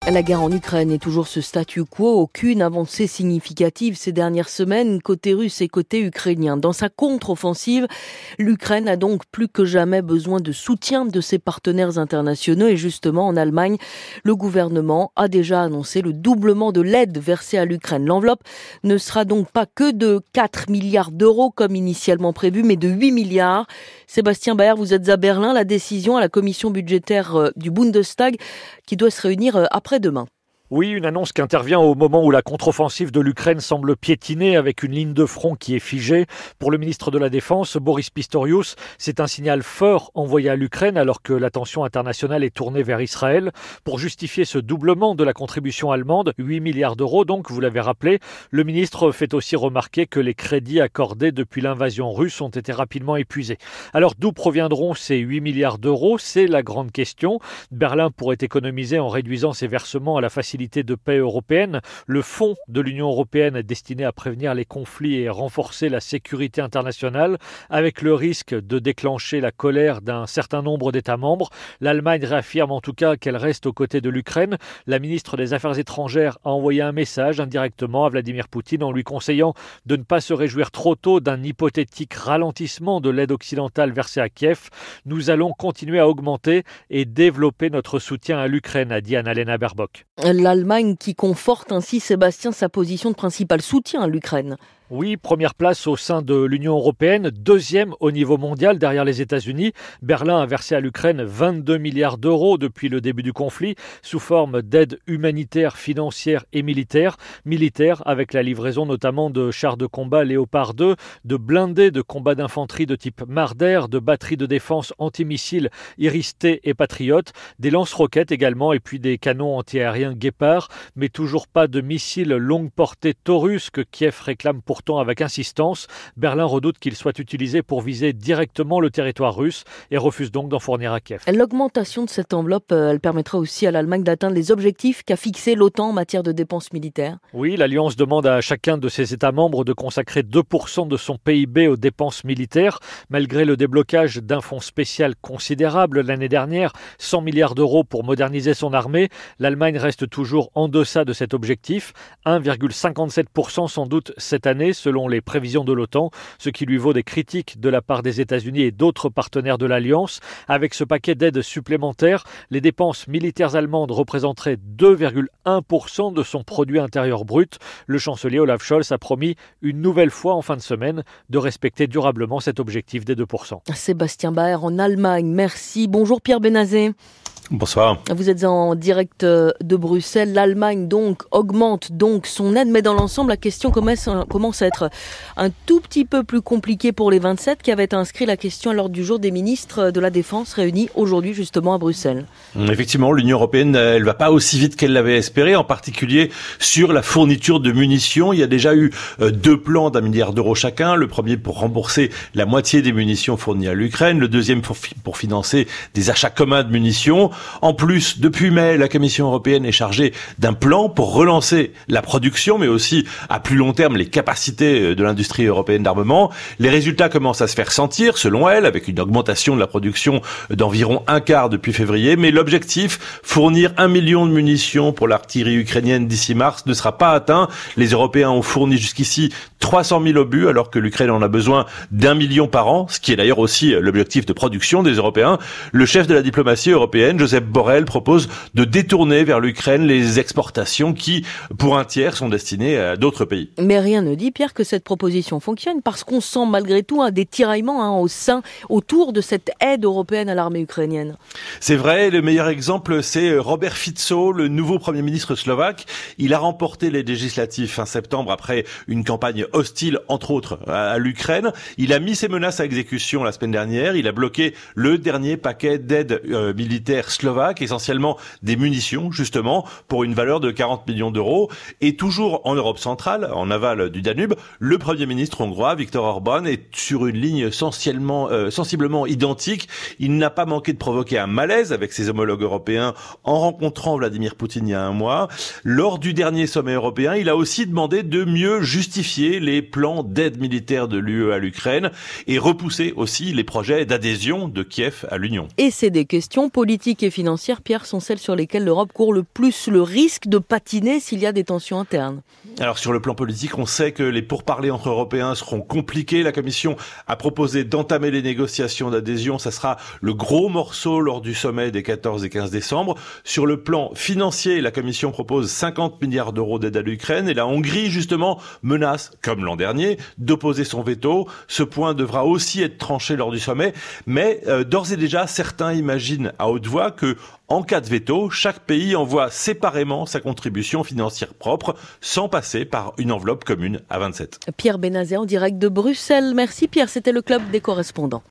La guerre en Ukraine est toujours ce statu quo, aucune avancée significative ces dernières semaines, côté russe et côté ukrainien. Dans sa contre-offensive, l'Ukraine a donc plus que jamais besoin de soutien de ses partenaires internationaux et justement en Allemagne, le gouvernement a déjà annoncé le doublement de l'aide versée à l'Ukraine. L'enveloppe ne sera donc pas que de 4 milliards d'euros comme initialement prévu, mais de 8 milliards. Sébastien Baer, vous êtes à Berlin, la décision à la commission budgétaire du Bundestag qui doit se réunir après-demain. Oui, une annonce qui intervient au moment où la contre-offensive de l'Ukraine semble piétiner avec une ligne de front qui est figée. Pour le ministre de la Défense, Boris Pistorius, c'est un signal fort envoyé à l'Ukraine alors que l'attention internationale est tournée vers Israël. Pour justifier ce doublement de la contribution allemande, 8 milliards d'euros donc, vous l'avez rappelé, le ministre fait aussi remarquer que les crédits accordés depuis l'invasion russe ont été rapidement épuisés. Alors d'où proviendront ces 8 milliards d'euros ? C'est la grande question. Berlin pourrait économiser en réduisant ses versements à la facilité de paix européenne, le fonds de l'Union européenne destiné à prévenir les conflits et renforcer la sécurité internationale, avec le risque de déclencher la colère d'un certain nombre d'États membres. L'Allemagne réaffirme en tout cas qu'elle reste aux côtés de l'Ukraine. La ministre des Affaires étrangères a envoyé un message indirectement à Vladimir Poutine en lui conseillant de ne pas se réjouir trop tôt d'un hypothétique ralentissement de l'aide occidentale versée à Kiev. Nous allons continuer à augmenter et développer notre soutien à l'Ukraine, a dit Annalena Baerbock. L'Allemagne qui conforte ainsi, Sébastien, sa position de principal soutien à l'Ukraine. Oui, première place au sein de l'Union européenne, deuxième au niveau mondial derrière les États-Unis. Berlin a versé à l'Ukraine 22 milliards d'euros depuis le début du conflit, sous forme d'aide humanitaire, financière et militaire. Militaire avec la livraison notamment de chars de combat Léopard 2, de blindés de combat d'infanterie de type Marder, de batteries de défense antimissiles Iris-T et Patriot, des lance-roquettes également et puis des canons antiaériens Guépard, mais toujours pas de missiles longue portée Taurus que Kiev réclame pourtant avec insistance. Berlin redoute qu'il soit utilisé pour viser directement le territoire russe et refuse donc d'en fournir à Kiev. L'augmentation de cette enveloppe, elle permettra aussi à l'Allemagne d'atteindre les objectifs qu'a fixé l'OTAN en matière de dépenses militaires. Oui, l'Alliance demande à chacun de ses États membres de consacrer 2% de son PIB aux dépenses militaires. Malgré le déblocage d'un fonds spécial considérable l'année dernière, 100 milliards d'euros pour moderniser son armée, l'Allemagne reste toujours en deçà de cet objectif. 1,57% sans doute cette année, selon les prévisions de l'OTAN, ce qui lui vaut des critiques de la part des États-Unis et d'autres partenaires de l'Alliance. Avec ce paquet d'aides supplémentaires, les dépenses militaires allemandes représenteraient 2,1% de son produit intérieur brut. Le chancelier Olaf Scholz a promis une nouvelle fois en fin de semaine de respecter durablement cet objectif des 2%. Sébastien Baer en Allemagne, merci. Bonjour Pierre Benazet. Bonsoir. Vous êtes en direct de Bruxelles. L'Allemagne donc augmente donc son aide, mais dans l'ensemble, la question commence à être un tout petit peu plus compliquée pour les 27 qui avaient inscrit la question à l'ordre du jour des ministres de la Défense réunis aujourd'hui justement à Bruxelles. Effectivement, l'Union européenne, elle va pas aussi vite qu'elle l'avait espéré, en particulier sur la fourniture de munitions. Il y a déjà eu 2 plans d'1 milliard d'euros chacun. Le premier pour rembourser la moitié des munitions fournies à l'Ukraine, le deuxième pour financer des achats communs de munitions. En plus, depuis mai, la Commission européenne est chargée d'un plan pour relancer la production, mais aussi à plus long terme les capacités de l'industrie européenne d'armement. Les résultats commencent à se faire sentir, selon elle, avec une augmentation de la production d'environ 1/4 depuis février. Mais l'objectif, fournir 1 million de munitions pour l'artillerie ukrainienne d'ici mars, ne sera pas atteint. Les Européens ont fourni jusqu'ici 300 000 obus, alors que l'Ukraine en a besoin d'1 million par an, ce qui est d'ailleurs aussi l'objectif de production des Européens. Le chef de la diplomatie européenne, Josep Borrell, propose de détourner vers l'Ukraine les exportations qui, pour un tiers, sont destinées à d'autres pays. Mais rien ne dit, Pierre, que cette proposition fonctionne, parce qu'on sent malgré tout des tiraillements autour de cette aide européenne à l'armée ukrainienne. C'est vrai, le meilleur exemple, c'est Robert Fico, le nouveau Premier ministre slovaque. Il a remporté les législatives fin septembre après une campagne hostile, entre autres, à l'Ukraine. Il a mis ses menaces à exécution la semaine dernière. Il a bloqué le dernier paquet d'aide militaire slovaque, essentiellement des munitions, justement, pour une valeur de 40 millions d'euros. Et toujours en Europe centrale, en aval du Danube, le Premier ministre hongrois, Viktor Orban, est sur une ligne sensiblement identique. Il n'a pas manqué de provoquer un malaise avec ses homologues européens en rencontrant Vladimir Poutine il y a un mois. Lors du dernier sommet européen, il a aussi demandé de mieux justifier les plans d'aide militaire de l'UE à l'Ukraine et repousser aussi les projets d'adhésion de Kiev à l'Union. Et c'est des questions politiques politiques et financières, Pierre, sont celles sur lesquelles l'Europe court le plus le risque de patiner s'il y a des tensions internes. Alors sur le plan politique, on sait que les pourparlers entre Européens seront compliqués. La Commission a proposé d'entamer les négociations d'adhésion. Ça sera le gros morceau lors du sommet des 14 et 15 décembre. Sur le plan financier, la Commission propose 50 milliards d'euros d'aide à l'Ukraine et la Hongrie, justement, menace, comme l'an dernier, d'opposer son veto. Ce point devra aussi être tranché lors du sommet. Mais d'ores et déjà, certains imaginent à haute voix que, en cas de veto, chaque pays envoie séparément sa contribution financière propre, sans passer par une enveloppe commune à 27. Pierre Benazet en direct de Bruxelles. Merci Pierre, c'était le club des correspondants.